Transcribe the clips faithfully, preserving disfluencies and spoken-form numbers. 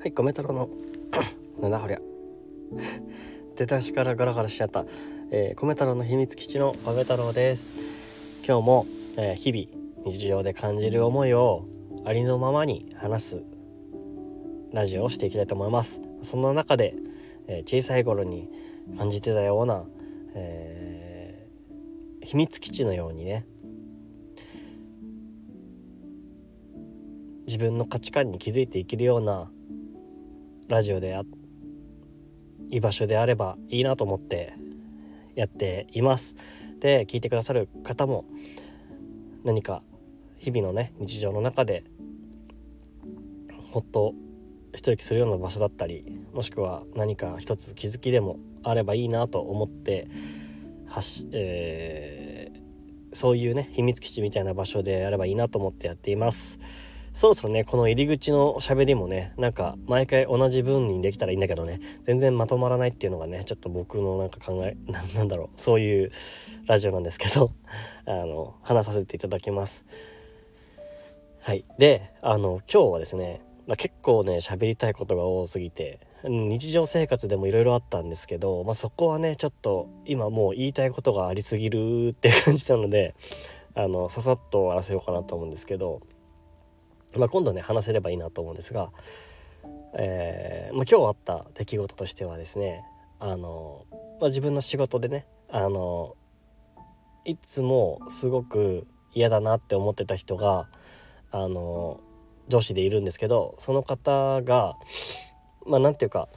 はい米太郎のなんだこりゃ出だしからガラガラしちゃった、えー、米太郎の秘密基地の米太郎です。今日も、えー、日々日常で感じる思いをありのままに話すラジオをしていきたいと思います。そんな中で、えー、小さい頃に感じてたような、えー、秘密基地のようにね、自分の価値観に気づいていけるようなラジオであ居場所であればいいなと思ってやっています。で、聞いてくださる方も何か日々のね日常の中でほっと一息するような場所だったり、もしくは何か一つ気づきでもあればいいなと思ってはし、えー、そういうね秘密基地みたいな場所であればいいなと思ってやっています。そろそろねこの入り口の喋りもねなんか毎回同じ文にできたらいいんだけどね、全然まとまらないっていうのがねちょっと僕のなんか考え な, なんだろうそういうラジオなんですけどあの話させていただきます。はい。で、あの今日はですね、まあ、結構ね喋りたいことが多すぎて日常生活でもいろいろあったんですけど、まあ、そこはねちょっと今もう言いたいことがありすぎるっていう感じなので、あのささっと終わらせようかなと思うんですけど、まあ、今度ね話せればいいなと思うんですが、えーまあ、今日あった出来事としてはですね、あの、まあ、自分の仕事でね、あのいつもすごく嫌だなって思ってた人があの上司でいるんですけど、その方がまあなんていうか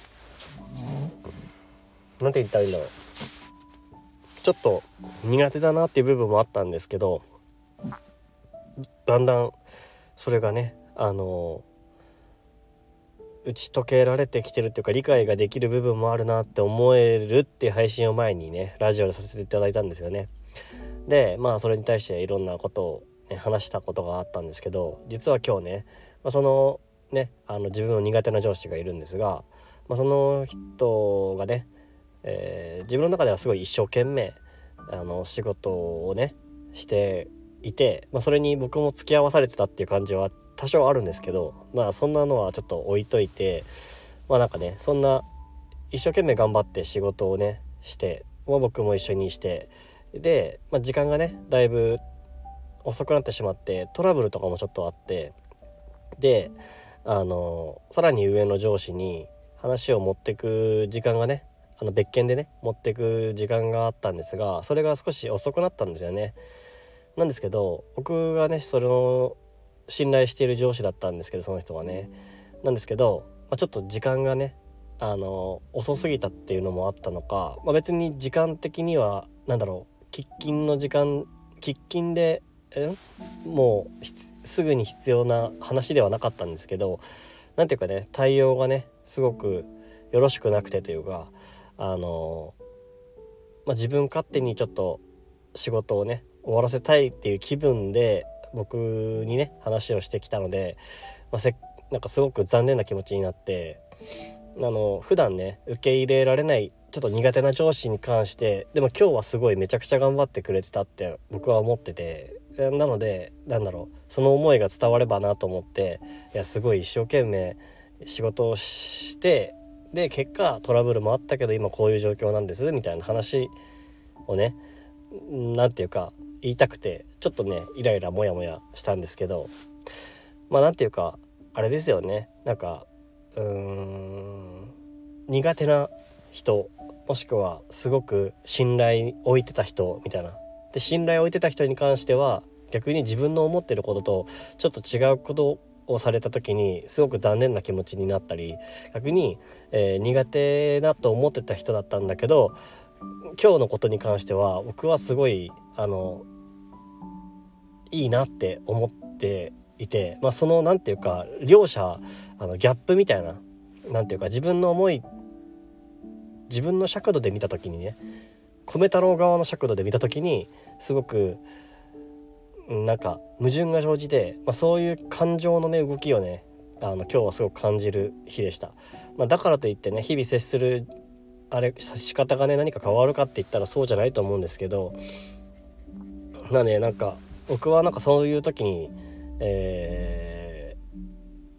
なんて言ったらいいんだろう、ちょっと苦手だなっていう部分もあったんですけど、だんだんそれがねあの打ち解けられてきてるっていうか理解ができる部分もあるなって思えるっていう配信を前にねラジオでさせていただいたんですよね。でまあそれに対していろんなことを、ね、話したことがあったんですけど、実は今日ね、まあ、そのねあの自分の苦手な上司がいるんですが、まあ、その人がね、えー、自分の中ではすごい一生懸命あの仕事をねしていて、まあ、それに僕も付き合わされてたっていう感じは多少あるんですけど、まあそんなのはちょっと置いといて、まあなんかねそんな一生懸命頑張って仕事をねして、まあ、僕も一緒にしてで、まあ、時間がねだいぶ遅くなってしまってトラブルとかもちょっとあって、であのさらに上の上司に話を持ってく時間がねあの別件でね持ってく時間があったんですが、それが少し遅くなったんですよね。なんですけど僕がねそれの信頼している上司だったんですけど、その人はねなんですけど、まあ、ちょっと時間がねあの遅すぎたっていうのもあったのか、まあ、別に時間的にはなんだろう喫緊の時間喫緊でえもうすぐに必要な話ではなかったんですけど、なんていうかね対応がねすごくよろしくなくてというか、あの、まあ、自分勝手にちょっと仕事をね終わらせたいっていう気分で僕にね話をしてきたので、まあ、せなんかすごく残念な気持ちになって、あの普段ね受け入れられないちょっと苦手な上司に関してでも今日はすごいめちゃくちゃ頑張ってくれてたって僕は思ってて、なのでなんだろうその思いが伝わればなと思って、いやすごい一生懸命仕事をして、で結果トラブルもあったけど今こういう状況なんですみたいな話をねなんていうか言いたくてちょっとねイライラモヤモヤしたんですけど、まあなんていうかあれですよね、なんかうーん苦手な人もしくはすごく信頼置いてた人みたいなで、信頼置いてた人に関しては逆に自分の思ってることとちょっと違うことをされた時にすごく残念な気持ちになったり、逆に、えー、苦手だと思ってた人だったんだけど今日のことに関しては僕はすごいあのいいなって思っていて、まあそのなんていうか両者あのギャップみたいな、なんていうか自分の思い自分の尺度で見た時にね米太郎側の尺度で見た時にすごくなんか矛盾が生じて、まあ、そういう感情のね動きをねあの今日はすごく感じる日でした。まあ、だからといってね日々接するあれ仕方がね何か変わるかって言ったらそうじゃないと思うんですけど、まあねなんか僕はなんかそういう時に、えー、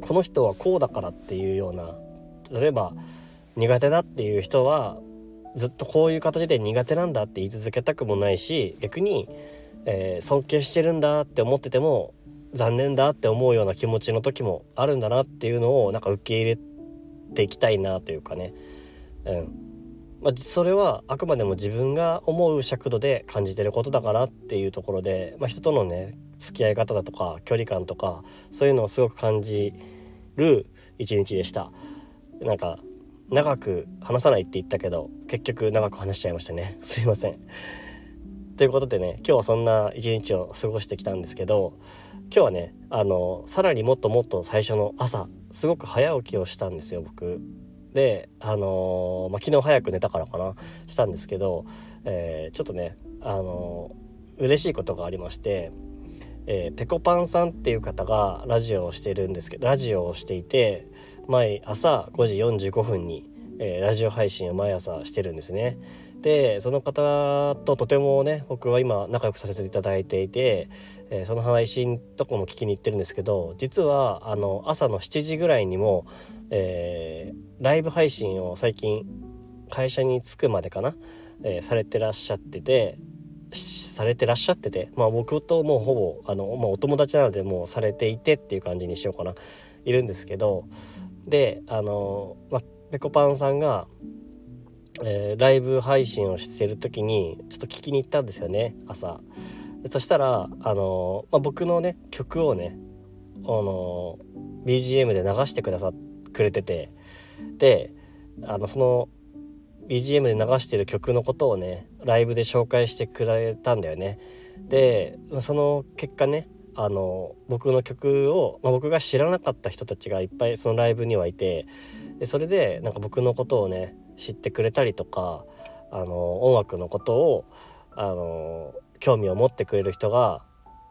この人はこうだからっていうような、例えば苦手だっていう人はずっとこういう形で苦手なんだって言い続けたくもないし、逆に、えー、尊敬してるんだって思ってても残念だって思うような気持ちの時もあるんだなっていうのをなんか受け入れていきたいなというかね、うんまあ、それはあくまでも自分が思う尺度で感じてることだからっていうところで、まあ、人とのね付き合い方だとか距離感とかそういうのをすごく感じる一日でした。なんか長く話さないって言ったけど結局長く話しちゃいましたね、すいません。ということでね、今日はそんな一日を過ごしてきたんですけど、今日はねあのさらにもっともっと最初の朝すごく早起きをしたんですよ僕で。あのーまあ、昨日早く寝たからかなしたんですけど、えー、ちょっとねあのー、嬉しいことがありまして、えー、ペコパンさんっていう方がラジオをしてるんですけどラジオをしていて毎朝ごじよんじゅうごふんに、えー、ラジオ配信を毎朝してるんですね。でその方ととてもね僕は今仲良くさせていただいていて、えー、その配信とかも聞きに行ってるんですけど、実はあの朝のしちじぐらいにも、えー、ライブ配信を最近会社に着くまでかな、えー、されてらっしゃっててされてらっしゃっててまあ僕ともうほぼあの、まあ、お友達なのでもうされていてっていう感じにしようかないるんですけど、であの、まあ、ペコパンさんがえー、ライブ配信をしてる時にちょっと聞きに行ったんですよね朝。そしたらあのーまあ、僕のね曲をねあのー、ビージーエム で流してくださくれてて、であのその ビージーエム で流してる曲のことをねライブで紹介してくれたんだよね。でその結果ねあの僕の曲を、まあ、僕が知らなかった人たちがいっぱいそのライブにはいて、でそれでなんか僕のことをね知ってくれたりとかあの音楽のことをあの興味を持ってくれる人が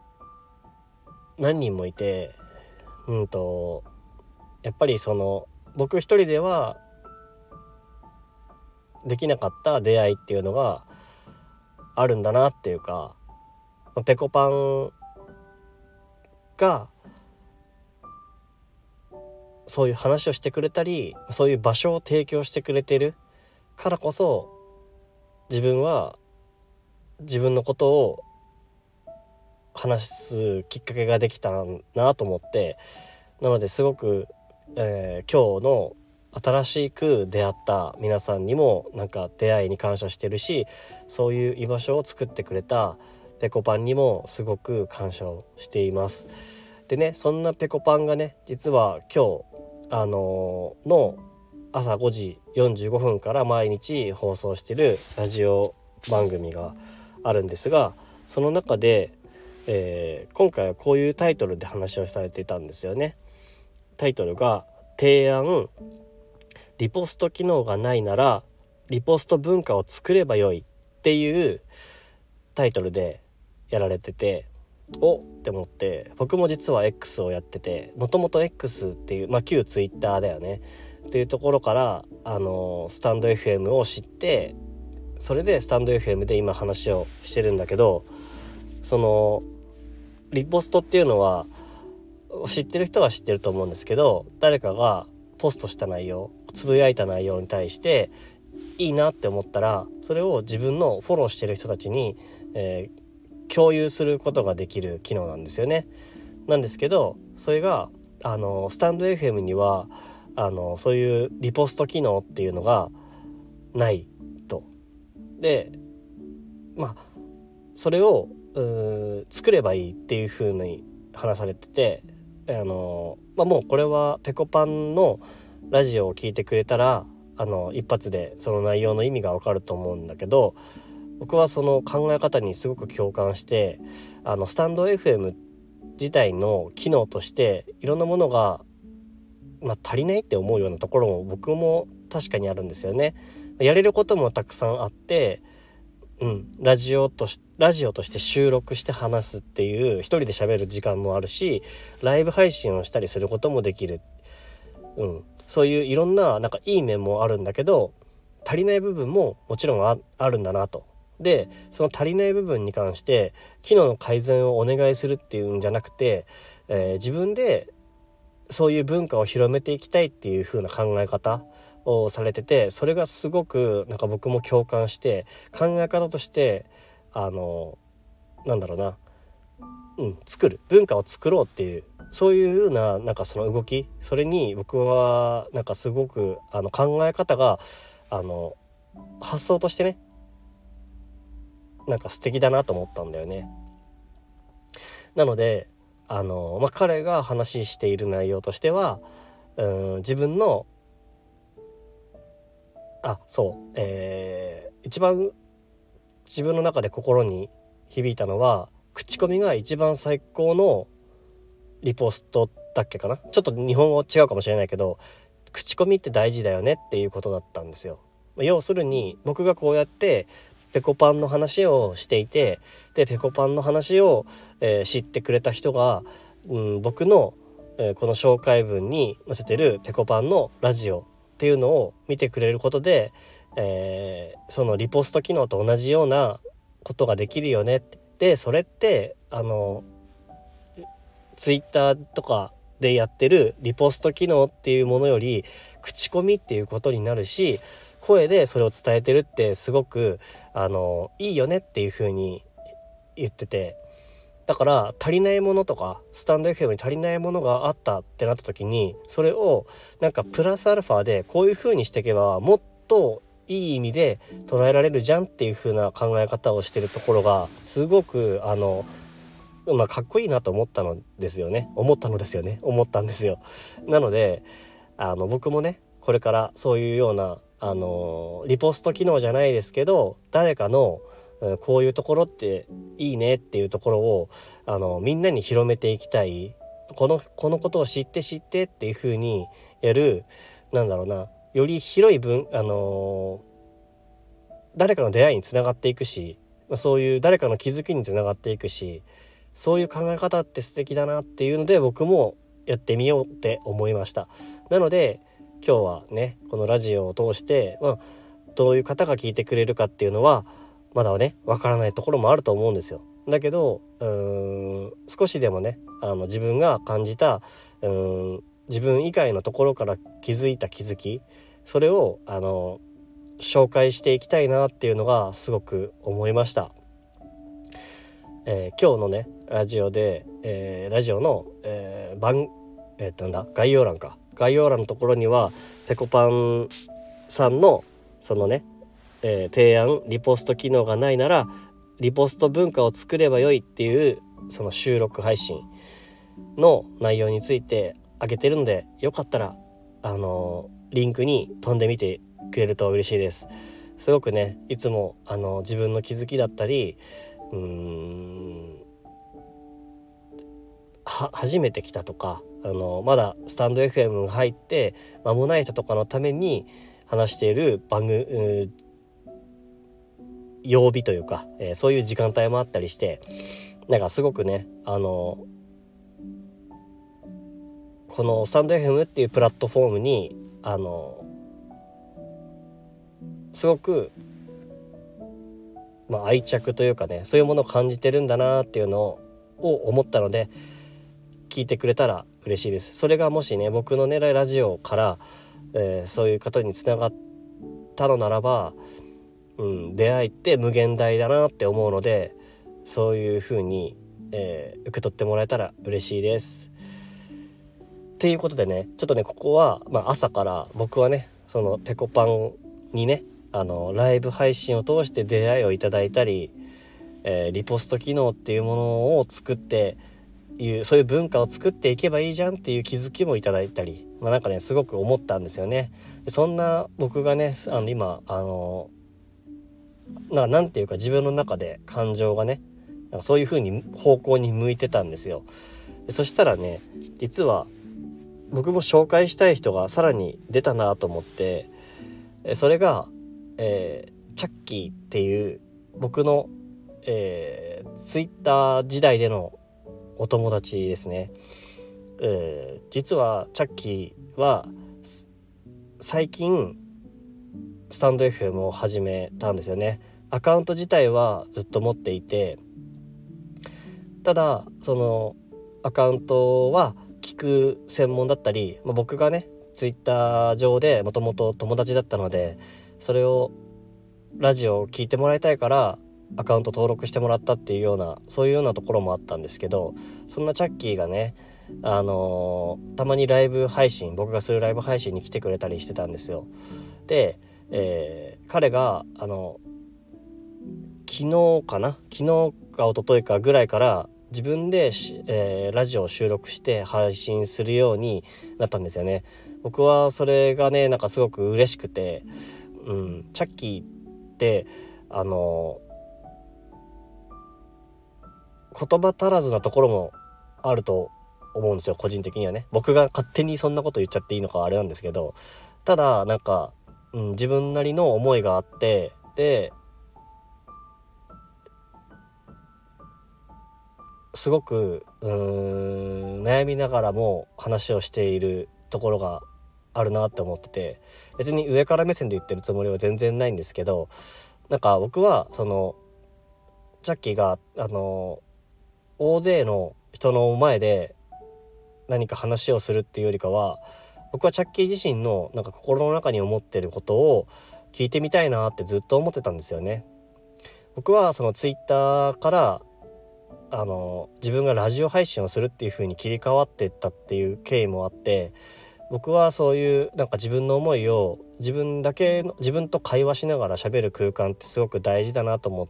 何人もいて、うんとやっぱりその僕一人ではできなかった出会いっていうのがあるんだなっていうか、ペコパンがそういう話をしてくれたりそういう場所を提供してくれてるからこそ自分は自分のことを話すきっかけができたなと思って、なのですごく、えー、今日の新しく出会った皆さんにもなんか出会いに感謝してるし、そういう居場所を作ってくれたペコパンにもすごく感謝をしています。でね、そんなペコパンがね実は今日あのー、の朝ごじよんじゅうごふんから毎日放送してるラジオ番組があるんですが、その中で、えー、今回はこういうタイトルで話をされていたんですよね。タイトルが提案リポスト機能がないならリポスト文化を作ればよいっていうタイトルでやられてて、おって思って、僕も実は X をやってて、もともと X っていう、まあ旧 Twitter だよねっていうところからあのスタンド エフエム を知って、それでスタンド エフエム で今話をしてるんだけど、そのリポストっていうのは知ってる人は知ってると思うんですけど、誰かがポストした内容、つぶやいた内容に対していいなって思ったらそれを自分のフォローしてる人たちに、えー共有することができる機能なんですよね。なんですけどそれがあのスタンド エフエム にはあのそういうリポスト機能っていうのがないと。でまあそれを作ればいいっていう風に話されてて、あの、まあ、もうこれはペコパンのラジオを聞いてくれたらあの一発でその内容の意味がわかると思うんだけど、僕はその考え方にすごく共感して、あのスタンド エフエム 自体の機能としていろんなものが、まあ、足りないって思うようなところも僕も確かにあるんですよね。やれることもたくさんあって、うん、ラジオとしラジオとして収録して話すっていう一人で喋る時間もあるし、ライブ配信をしたりすることもできる、うん、そういういろんななんかいい面もあるんだけど足りない部分ももちろん あ, あるんだなと。でその足りない部分に関して機能の改善をお願いするっていうんじゃなくて、えー、自分でそういう文化を広めていきたいっていう風な考え方をされてて、それがすごくなんか僕も共感して、考え方としてあのなんだろうな、うん、作る文化を作ろうっていうそういう風ななんかその動き、それに僕はなんかすごくあの考え方があの発想としてねなんか素敵だなと思ったんだよね。なのであの、まあ、彼が話している内容としては、うん、自分のあそう、えー、一番自分の中で心に響いたのは、口コミが一番最高のリポストだっけかな、ちょっと日本語違うかもしれないけど、口コミって大事だよねっていうことだったんですよ。要するに僕がこうやってペコパンの話をしていて、でペコパンの話を、えー、知ってくれた人が、うん、僕の、えー、この紹介文に載せてるペコパンのラジオっていうのを見てくれることで、えー、そのリポスト機能と同じようなことができるよねって。でそれってあのツイッターとかでやってるリポスト機能っていうものより口コミっていうことになるし、声でそれを伝えてるってすごくあのいいよねっていう風に言ってて、だから足りないものとかスタンド エフエム に足りないものがあったってなった時に、それをなんかプラスアルファでこういう風にしていけばもっといい意味で捉えられるじゃんっていう風な考え方をしてるところがすごくあのまあかっこいいなと思ったのですよね思ったのですよね思ったんですよ。なのであの僕もねこれからそういうようなあのリポスト機能じゃないですけど、誰かのこういうところっていいねっていうところをあのみんなに広めていきたい、このこのことを知って知ってっていう風にやる、なんだろうな、より広い分あの誰かの出会いにつながっていくし、そういう誰かの気づきにつながっていくし、そういう考え方って素敵だなっていうので僕もやってみようって思いました。なので今日はねこのラジオを通して、まあ、どういう方が聞いてくれるかっていうのはまだねわからないところもあると思うんですよ。だけどうーん少しでもねあの自分が感じたうーん自分以外のところから気づいた気づき、それをあの紹介していきたいなっていうのがすごく思いました。えー、今日のねラジオで、えー、ラジオの、えー、番、えー、なんだ概要欄か概要欄のところにはペコパンさんのそのね、えー、提案リポスト機能がないならリポスト文化を作ればよいっていうその収録配信の内容についてあげてるので、よかったらあのー、リンクに飛んでみてくれると嬉しいです。すごくねいつもあの自分の気づきだったりうーんは初めて来たとかあのまだスタンド エフエム が入って間もない人とかのために話している番組曜日というか、えー、そういう時間帯もあったりして、なんかすごくねあのこのスタンド エフエム っていうプラットフォームにあのすごく、まあ、愛着というかねそういうものを感じてるんだなっていうのを思ったので聞いてくれたら嬉しいです。それがもしね僕の狙いラジオから、えー、そういう方につながったのならば、うん、出会いって無限大だなって思うので、そういう風に、えー、受け取ってもらえたら嬉しいです。っていうことでねちょっとねここは、まあ、朝から僕はねそのペコパンにねあのライブ配信を通して出会いをいただいたり、えー、リポスト機能っていうものを作っていうそういう文化を作っていけばいいじゃんっていう気づきもいただいたり、まあ、なんかねすごく思ったんですよね。でそんな僕がねあの今あのななんていうか自分の中で感情がねなんかそういう風に方向に向いてたんですよ。でそしたらね実は僕も紹介したい人がさらに出たなと思って、それが、えー、チャッキーっていう僕の、えー、ツイッター時代でのお友達ですね。えー、実はチャッキーは最近スタンド エフエム を始めたんですよね。アカウント自体はずっと持っていて、ただそのアカウントは聞く専門だったり、まあ、僕がねツイッター上でもともと友達だったので、それをラジオを聞いてもらいたいからアカウント登録してもらったっていうような、そういうようなところもあったんですけど、そんなチャッキーがね、あのー、たまにライブ配信、僕がするライブ配信に来てくれたりしてたんですよ。で、えー、彼があの昨日かな昨日か一昨日かぐらいから自分で、えー、ラジオを収録して配信するようになったんですよね。僕はそれがねなんかすごく嬉しくて、うん、チャッキーってあの言葉足らずなところもあると思うんですよ、個人的にはね。僕が勝手にそんなこと言っちゃっていいのかあれなんですけど、ただなんか、うん、自分なりの思いがあって、ですごくうーん悩みながらも話をしているところがあるなって思ってて、別に上から目線で言ってるつもりは全然ないんですけど、なんか僕はそのチャッキーがあの大勢の人の前で何か話をするっていうよりかは、僕はチャッキー自身のなんか心の中に思ってることを聞いてみたいなってずっと思ってたんですよね。僕はそのツイッターからあの自分がラジオ配信をするっていう風に切り替わっていったっていう経緯もあって、僕はそういうなんか自分の思いを自分だけの自分と会話しながら喋る空間ってすごく大事だなと思って、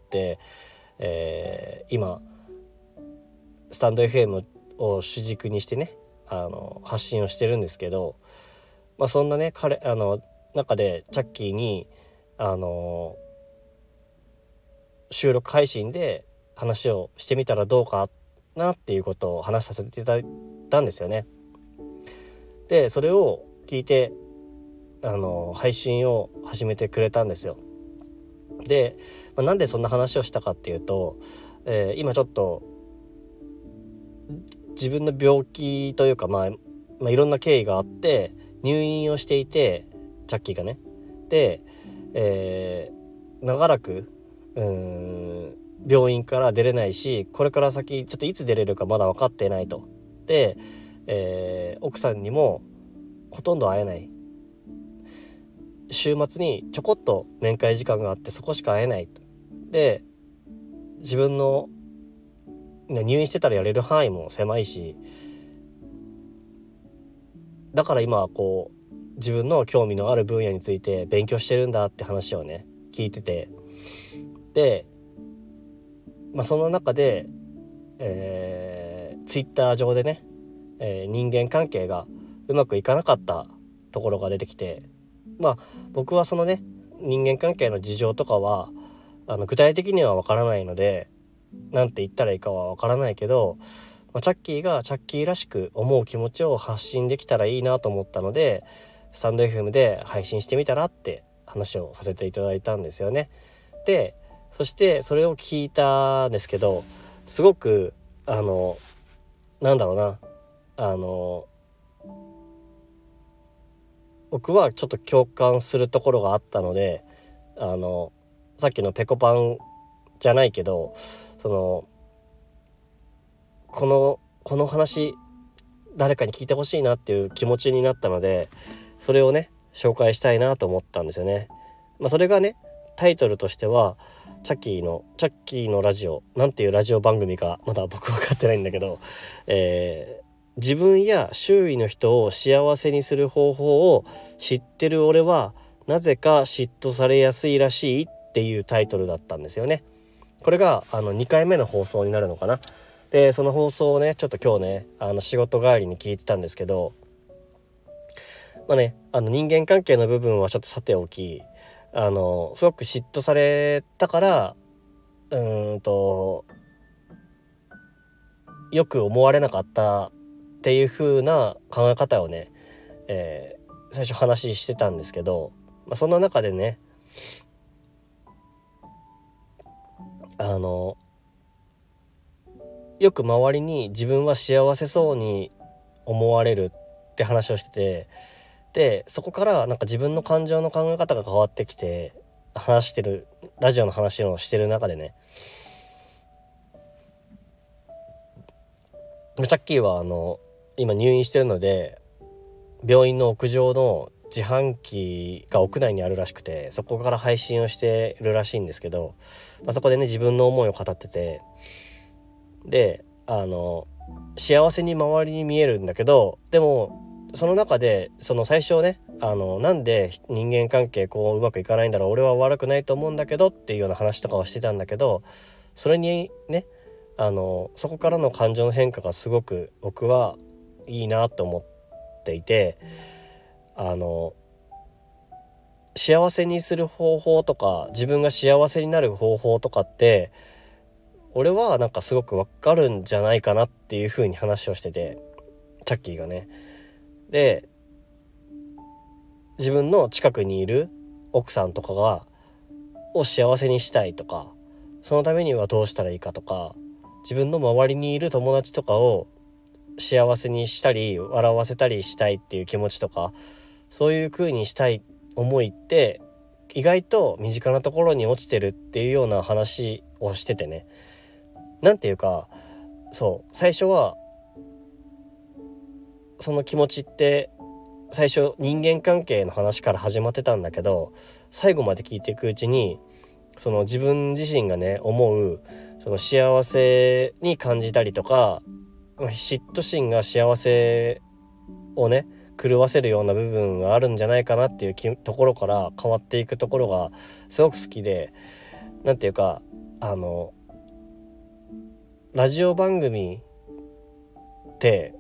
えー、今スタンド エフエム を主軸にしてねあの発信をしてるんですけど、まあ、そんなね彼あの中でチャッキーにあの収録配信で話をしてみたらどうかなっていうことを話させていただいたんですよね。でそれを聞いてあの配信を始めてくれたんですよ。で、まあ、なんでそんな話をしたかっていうと、えー、今ちょっと自分の病気というか、まあ、まあいろんな経緯があって入院をしていて、チャッキーがねで、えー、長らくうーん病院から出れないし、これから先ちょっといつ出れるかまだ分かっていないと。で、えー、奥さんにもほとんど会えない、週末にちょこっと面会時間があってそこしか会えないと。で自分の、ね、入院してたらやれる範囲も狭いし、だから今はこう自分の興味のある分野について勉強してるんだって話をね聞いてて、でまあ、その中で、えー、ツイッター上でね、えー、人間関係がうまくいかなかったところが出てきて、まあ僕はそのね人間関係の事情とかはあの具体的にはわからないのでなんて言ったらいいかはわからないけど、まあ、チャッキーがチャッキーらしく思う気持ちを発信できたらいいなと思ったので、スタンド エフエム で配信してみたらって話をさせていただいたんですよね。でそしてそれを聞いたんですけど、すごくあのなんだろうなあの僕はちょっと共感するところがあったので、あのさっきのペコパンじゃないけど、そのこのこの話誰かに聞いてほしいなっていう気持ちになったので、それをね紹介したいなと思ったんですよね。まあ、それがねタイトルとしてはチャッキーのチャッキーのラジオなんていうラジオ番組かまだ僕分かってないんだけど、えー、自分や周囲の人を幸せにする方法を知ってる俺はなぜか嫉妬されやすいらしいっていうタイトルだったんですよね。これがあのにかいめの放送になるのかな。でその放送をねちょっと今日ねあの仕事帰りに聞いてたんですけど、まあねあの人間関係の部分はちょっとさておき、あのすごく嫉妬されたからうーんとよく思われなかったっていう風な考え方をね、えー、最初話してたんですけど、まあ、そんな中でねあのよく周りに自分は幸せそうに思われるって話をしてて、でそこからなんか自分の感情の考え方が変わってきて話してるラジオの話をしてる中でね、チャッキーはあの今入院してるので、病院の屋上の自販機が屋内にあるらしくて、そこから配信をしてるらしいんですけど、まあ、そこでね自分の思いを語ってて、であの幸せに周りに見えるんだけど、でもその中でその最初ね、あのなんで人間関係こううまくいかないんだろう、俺は悪くないと思うんだけどっていうような話とかをしてたんだけど、それにね、あのそこからの感情の変化がすごく僕はいいなと思っていて、あの幸せにする方法とか自分が幸せになる方法とかって俺はなんかすごくわかるんじゃないかなっていう風に話をしてて、チャッキーがね。で自分の近くにいる奥さんとかがを幸せにしたいとか、そのためにはどうしたらいいかとか、自分の周りにいる友達とかを幸せにしたり笑わせたりしたいっていう気持ちとか、そういう風にしたい思いって意外と身近なところに落ちてるっていうような話をしててね、なんていうか、そう最初はその気持ちって最初人間関係の話から始まってたんだけど、最後まで聞いていくうちにその自分自身がね思うその幸せに感じたりとか、嫉妬心が幸せをね狂わせるような部分があるんじゃないかなっていうところから変わっていくところがすごく好きで、なんていうか、あのラジオ番組って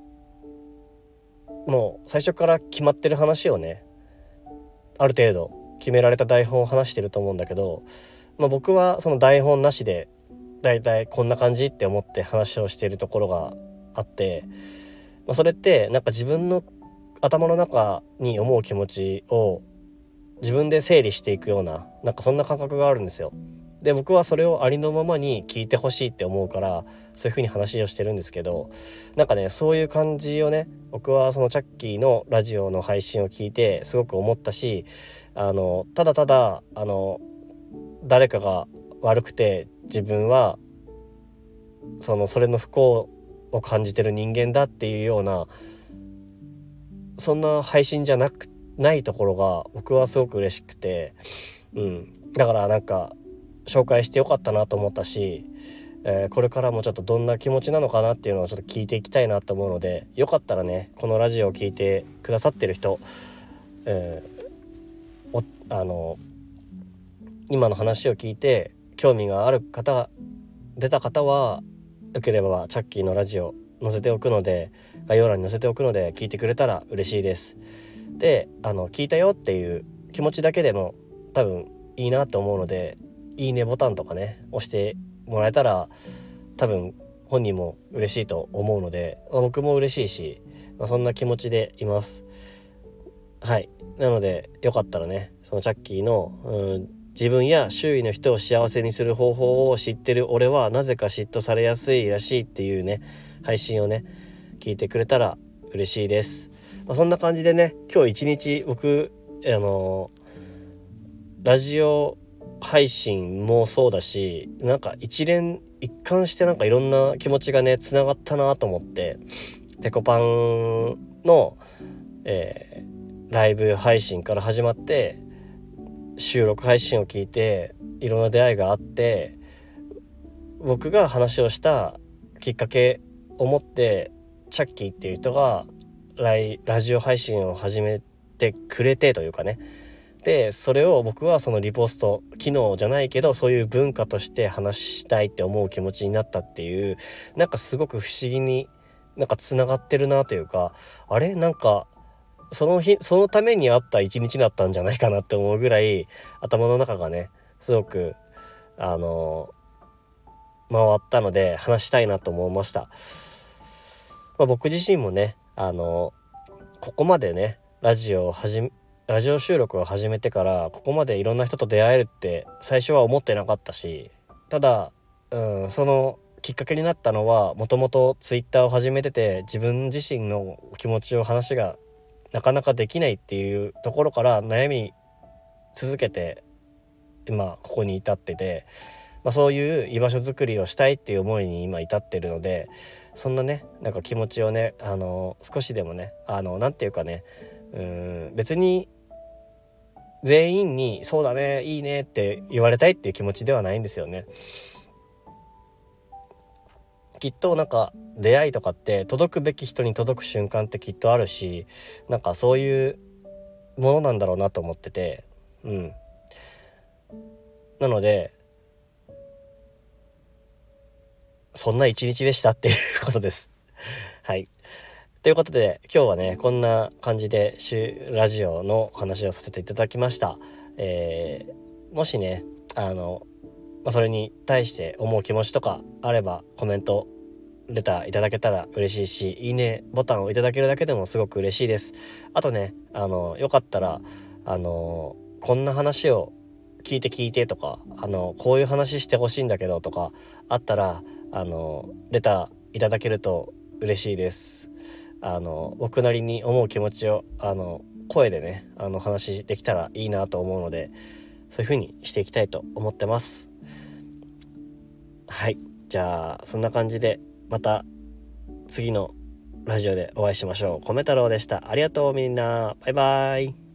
もう最初から決まってる話をね、ある程度決められた台本を話してると思うんだけど、まあ、僕はその台本なしでだいたいこんな感じって思って話をしているところがあって、まあ、それってなんか自分の頭の中に思う気持ちを自分で整理していくような、なんかそんな感覚があるんですよ。で僕はそれをありのままに聞いてほしいって思うから、そういう風に話をしてるんですけど、なんかねそういう感じをね、僕はそのチャッキーのラジオの配信を聞いてすごく思ったし、あのただただあの誰かが悪くて自分はそのそれの不幸を感じてる人間だっていうような、そんな配信じゃなくないところが僕はすごく嬉しくて、うん、だからなんか紹介してよかったなと思ったし、えー、これからもちょっとどんな気持ちなのかなっていうのをちょっと聞いていきたいなと思うので、よかったらねこのラジオを聞いてくださってる人、えー、おあの今の話を聞いて興味がある方出た方はよければチャッキーのラジオ載せておくので、概要欄に載せておくので聞いてくれたら嬉しいです。であの聞いたよっていう気持ちだけでも多分いいなと思うので、いいねボタンとかね押してもらえたら多分本人も嬉しいと思うので、まあ、僕も嬉しいし、まあ、そんな気持ちでいます。はい、なのでよかったらねそのチャッキーの、うん、自分や周囲の人を幸せにする方法を知ってる俺はなぜか嫉妬されやすいらしいっていうね配信をね聞いてくれたら嬉しいです。まあ、そんな感じでね今日一日僕あのー、ラジオ配信もそうだし、なんか一連一貫してなんかいろんな気持ちがねつながったなと思って、ペコパンの、えー、ライブ配信から始まって収録配信を聞いていろんな出会いがあって、僕が話をしたきっかけを持ってチャッキーっていう人がライラジオ配信を始めてくれてというかね、でそれを僕はそのリポスト機能じゃないけどそういう文化として話したいって思う気持ちになったっていう、なんかすごく不思議になんかつながってるなというか、あれなんかその日そのためにあった一日だったんじゃないかなって思うぐらい頭の中がねすごくあの回ったので話したいなと思いました。まあ、僕自身もねあのここまでねラジオを始めラジオ収録を始めてからここまでいろんな人と出会えるって最初は思ってなかったし、ただ、うん、そのきっかけになったのはもともとツイッターを始めてて自分自身の気持ちを話がなかなかできないっていうところから悩み続けて今ここに至ってて、 まあ、そういう居場所づくりをしたいっていう思いに今至ってるので、そんなねなんか気持ちをねあの少しでもねあのなんていうかねうーん別に全員にそうだねいいねって言われたいっていう気持ちではないんですよね。きっとなんか出会いとかって届くべき人に届く瞬間ってきっとあるし、なんかそういうものなんだろうなと思ってて、うんなのでそんな一日でしたっていうことですはいということで今日はねこんな感じでラジオの話をさせていただきました。えー、もしねあの、まあ、それに対して思う気持ちとかあればコメントレターいただけたら嬉しいし、いいねボタンをいただけるだけでもすごく嬉しいです。あとねあのよかったらあのこんな話を聞いて聞いてとか、あのこういう話してほしいんだけどとかあったらあのレターいただけると嬉しいです。あの僕なりに思う気持ちをあの声でねあの話できたらいいなと思うので、そういう風にしていきたいと思ってます。はい、じゃあそんな感じでまた次のラジオでお会いしましょう。米太郎でした。ありがとうみんな。バイバイ。